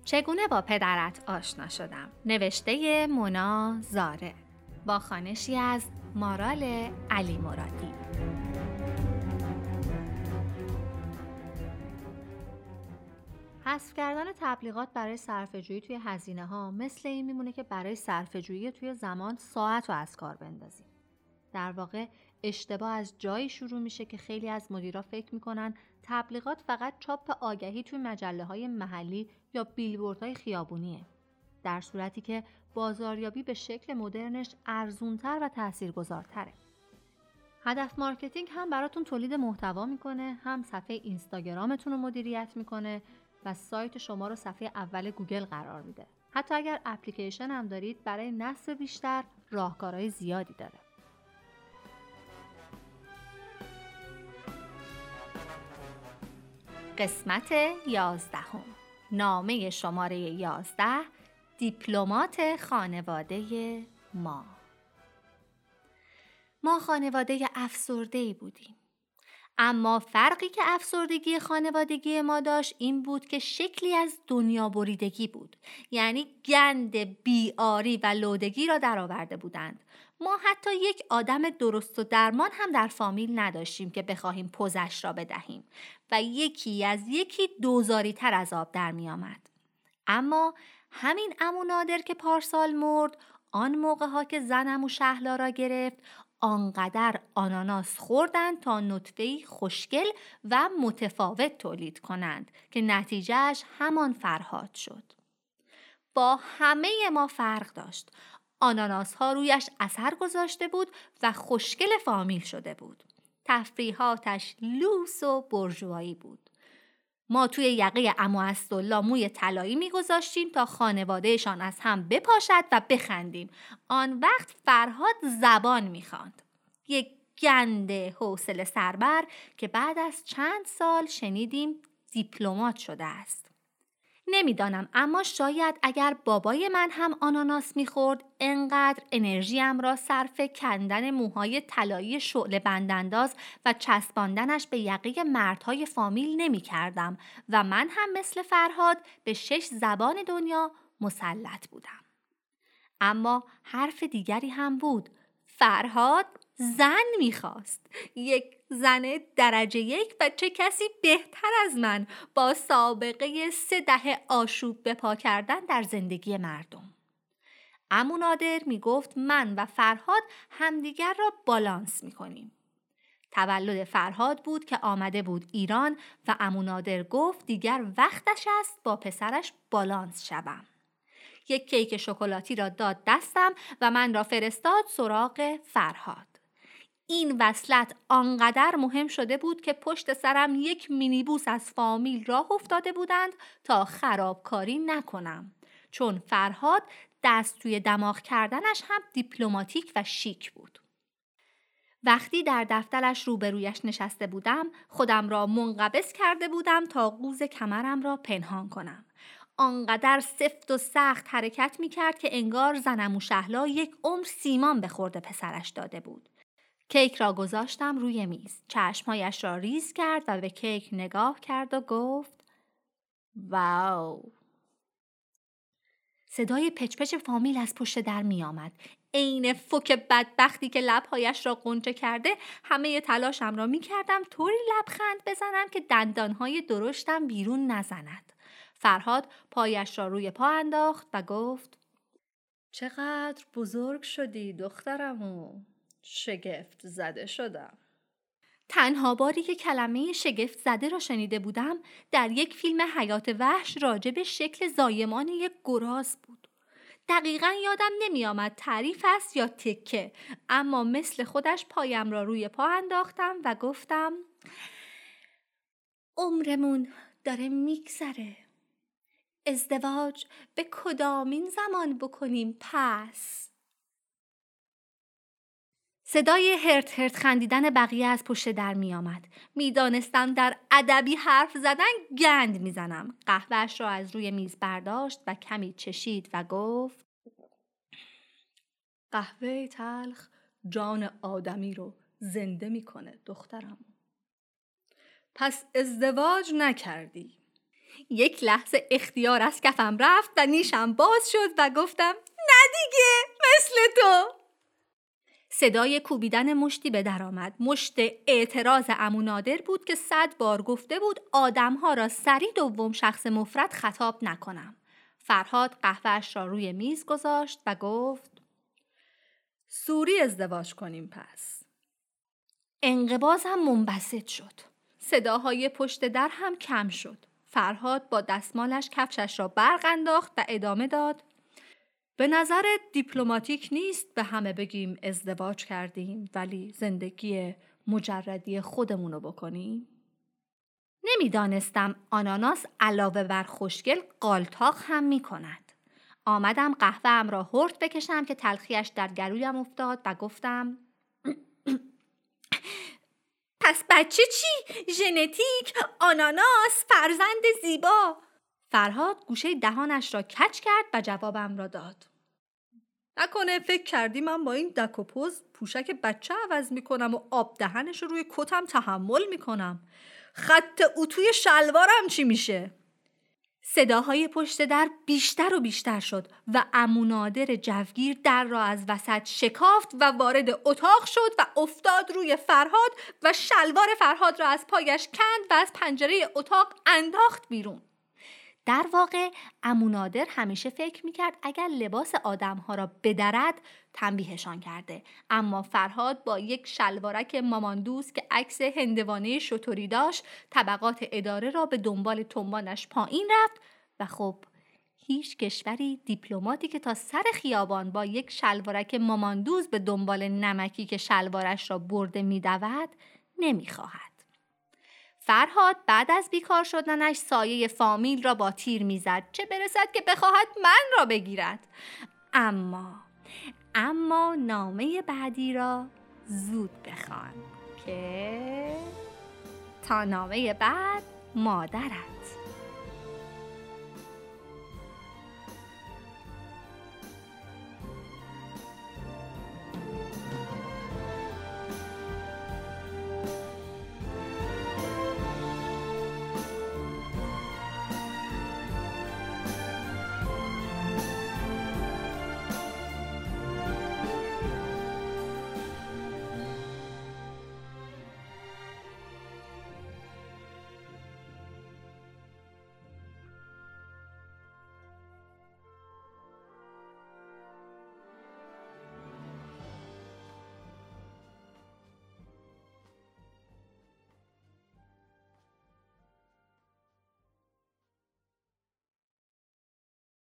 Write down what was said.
چگونه با پدرت آشنا شدم؟ نوشته مونا زاره با خوانشی از مارال علی مرادی. حذف کردن تبلیغات برای صرفه‌جویی توی هزینه‌ها مثل این میمونه که برای صرفه‌جویی توی زمان ساعت رو از کار بندازیم. در واقع اشتباه از جایی شروع میشه که خیلی از مدیرا فکر میکنن تبلیغات فقط چاپ آگهی توی مجله‌های محلی یا بیلبوردهای خیابونیه، در صورتی که بازاریابی به شکل مدرنش ارزونتر و تاثیرگذارتره. هدف مارکتینگ هم براتون تولید محتوا میکنه، هم صفحه اینستاگرامتون رو مدیریت میکنه و سایت شما رو صفحه اول گوگل قرار میده. حتی اگر اپلیکیشن هم دارید، برای نصب بیشتر راهکارهای زیادی داره. قسمت 11، نامه شماره 11، دیپلمات خانواده ما. ما خانواده افسرده‌ای بودیم. اما فرقی که افسردگی خانوادگی ما داشت این بود که شکلی از دنیا بریدگی بود. یعنی گند بیاری و لودگی را درآورده بودند. ما حتی یک آدم درست و درمان هم در فامیل نداشتیم که بخواهیم پوزش را بدهیم و یکی از یکی دوزاری تر از آب در می آمد. اما همین عمو نادر که پارسال مرد، آن موقع ها که زن عمو شهلا را گرفت، آنقدر آناناس خوردند تا نطفه‌ای خوشگل و متفاوت تولید کنند که نتیجهش همان فرهاد شد. با همه ما فرق داشت. آناناس ها رویش اثر گذاشته بود و خوشگل فامیل شده بود. تفریحاتش لوس و برجوایی بود. ما توی یقه عمو اسدالله موی طلایی می‌گذاشتیم تا خانوادهشان از هم بپاشد و بخندیم. آن وقت فرهاد زبان می‌خواند. یک گند حوصله سربر که بعد از چند سال شنیدیم دیپلمات شده است. نمیدانم، اما شاید اگر بابای من هم آناناس میخورد انقدر انرژیم را صرف کندن موهای طلایی شعله بندانداز و چسباندنش به یقه مردهای فامیل نمی کردم و من هم مثل فرهاد به 6 زبان دنیا مسلط بودم. اما حرف دیگری هم بود. فرهاد زن میخواست. یک زن درجه 1 و چه کسی بهتر از من با سابقه 3 دهه آشوب به پا کردن در زندگی مردم. عمو نادر میگفت من و فرهاد همدیگر را بالانس میکنیم. تولد فرهاد بود که آمده بود ایران و عمو نادر گفت دیگر وقتش است با پسرش بالانس شوم. یک کیک شکلاتی را داد دستم و من را فرستاد سراغ فرهاد. این وصلت آنقدر مهم شده بود که پشت سرم یک مینیبوس از فامیل راه افتاده بودند تا خرابکاری نکنم، چون فرهاد دست توی دماغ کردنش هم دیپلماتیک و شیک بود. وقتی در دفترش روبرویش نشسته بودم خودم را منقبض کرده بودم تا قوز کمرم را پنهان کنم. آنقدر سفت و سخت حرکت می کرد که انگار زن عمو شهلا یک عمر سیمان به خورد پسرش داده بود. کیک را گذاشتم روی میز. چشمهایش را ریز کرد و به کیک نگاه کرد و گفت واو. صدای پچ فامیل از پشت در می آمد. عین فوک بدبختی که لبهایش را قنچه کرده همه تلاشم را می کردم طوری لبخند بزنم که دندانهای درشتم بیرون نزند. فرهاد پایش را روی پا انداخت و گفت چقدر بزرگ شدی دخترمو. شگفت زده شدم. تنها باری که کلمه شگفت زده را شنیده بودم در یک فیلم حیات وحش راجع به شکل زایمان یک گراز بود. دقیقاً یادم نمی آمد تعریف است یا تکه، اما مثل خودش پایم را روی پا انداختم و گفتم عمرمون داره میگذره. ازدواج به کدامین زمان بکنیم پس؟ صدای هرت هرت خندیدن بقیه از پشت در می آمد. می دانستم در ادبی حرف زدن گند می زنم. قهوه‌اش را از روی میز برداشت و کمی چشید و گفت قهوه تلخ جان آدمی رو زنده می کنه دخترم. پس ازدواج نکردی؟ یک لحظه اختیار از کفم رفت و نیشم باز شد و گفتم نه دیگه مثل تو. صدای کوبیدن مشتی به در آمد. مشت اعتراض عمو نادر بود که 100 بار گفته بود آدم‌ها را سریع دوم شخص مفرد خطاب نکنم. فرهاد قهوه‌اش را روی میز گذاشت و گفت سوری ازدواج کنیم پس. انقباض هم منبسط شد. صداهای پشت در هم کم شد. فرهاد با دستمالش کفشش را برق انداخت و ادامه داد به نظر دیپلماتیک نیست به همه بگیم ازدواج کردیم ولی زندگی مجردی خودمونو بکنیم؟ نمیدانستم آناناس علاوه بر خوشگل قالتاق هم می کند. آمدم قهوه‌ام را هرت بکشم که تلخیش در گلویم افتاد و گفتم پس بچه چی؟ ژنتیک، آناناس، فرزند زیبا. فرهاد گوشه دهانش را کج کرد و جوابم را داد. نکنه فکر کردی من با این دک و پوز پوشک بچه عوض میکنم و آب دهنش رو روی کتم تحمل میکنم. خط اتوی شلوارم چی میشه؟ صداهای پشت در بیشتر و بیشتر شد و عمو نادر جوگیر در را از وسط شکافت و وارد اتاق شد و افتاد روی فرهاد و شلوار فرهاد را از پایش کند و از پنجره اتاق انداخت بیرون. در واقع عمو نادر همیشه فکر میکرد اگر لباس آدمها را بدرد تنبیهشان کرده، اما فرهاد با یک شلوارک ماماندوز که عکس هندوانه شتری داشت طبقات اداره را به دنبال تنبانش پایین رفت و خب هیچ کشوری دیپلماتی که تا سر خیابان با یک شلوارک ماماندوز به دنبال نمکی که شلوارش را برده میدود نمیخواهد. فرهاد بعد از بیکار شدنش سایه فامیل را با تیر میزد، چه برسد که بخواهد من را بگیرد. اما نامه بعدی را زود بخوان که تا نامه بعد مادرت.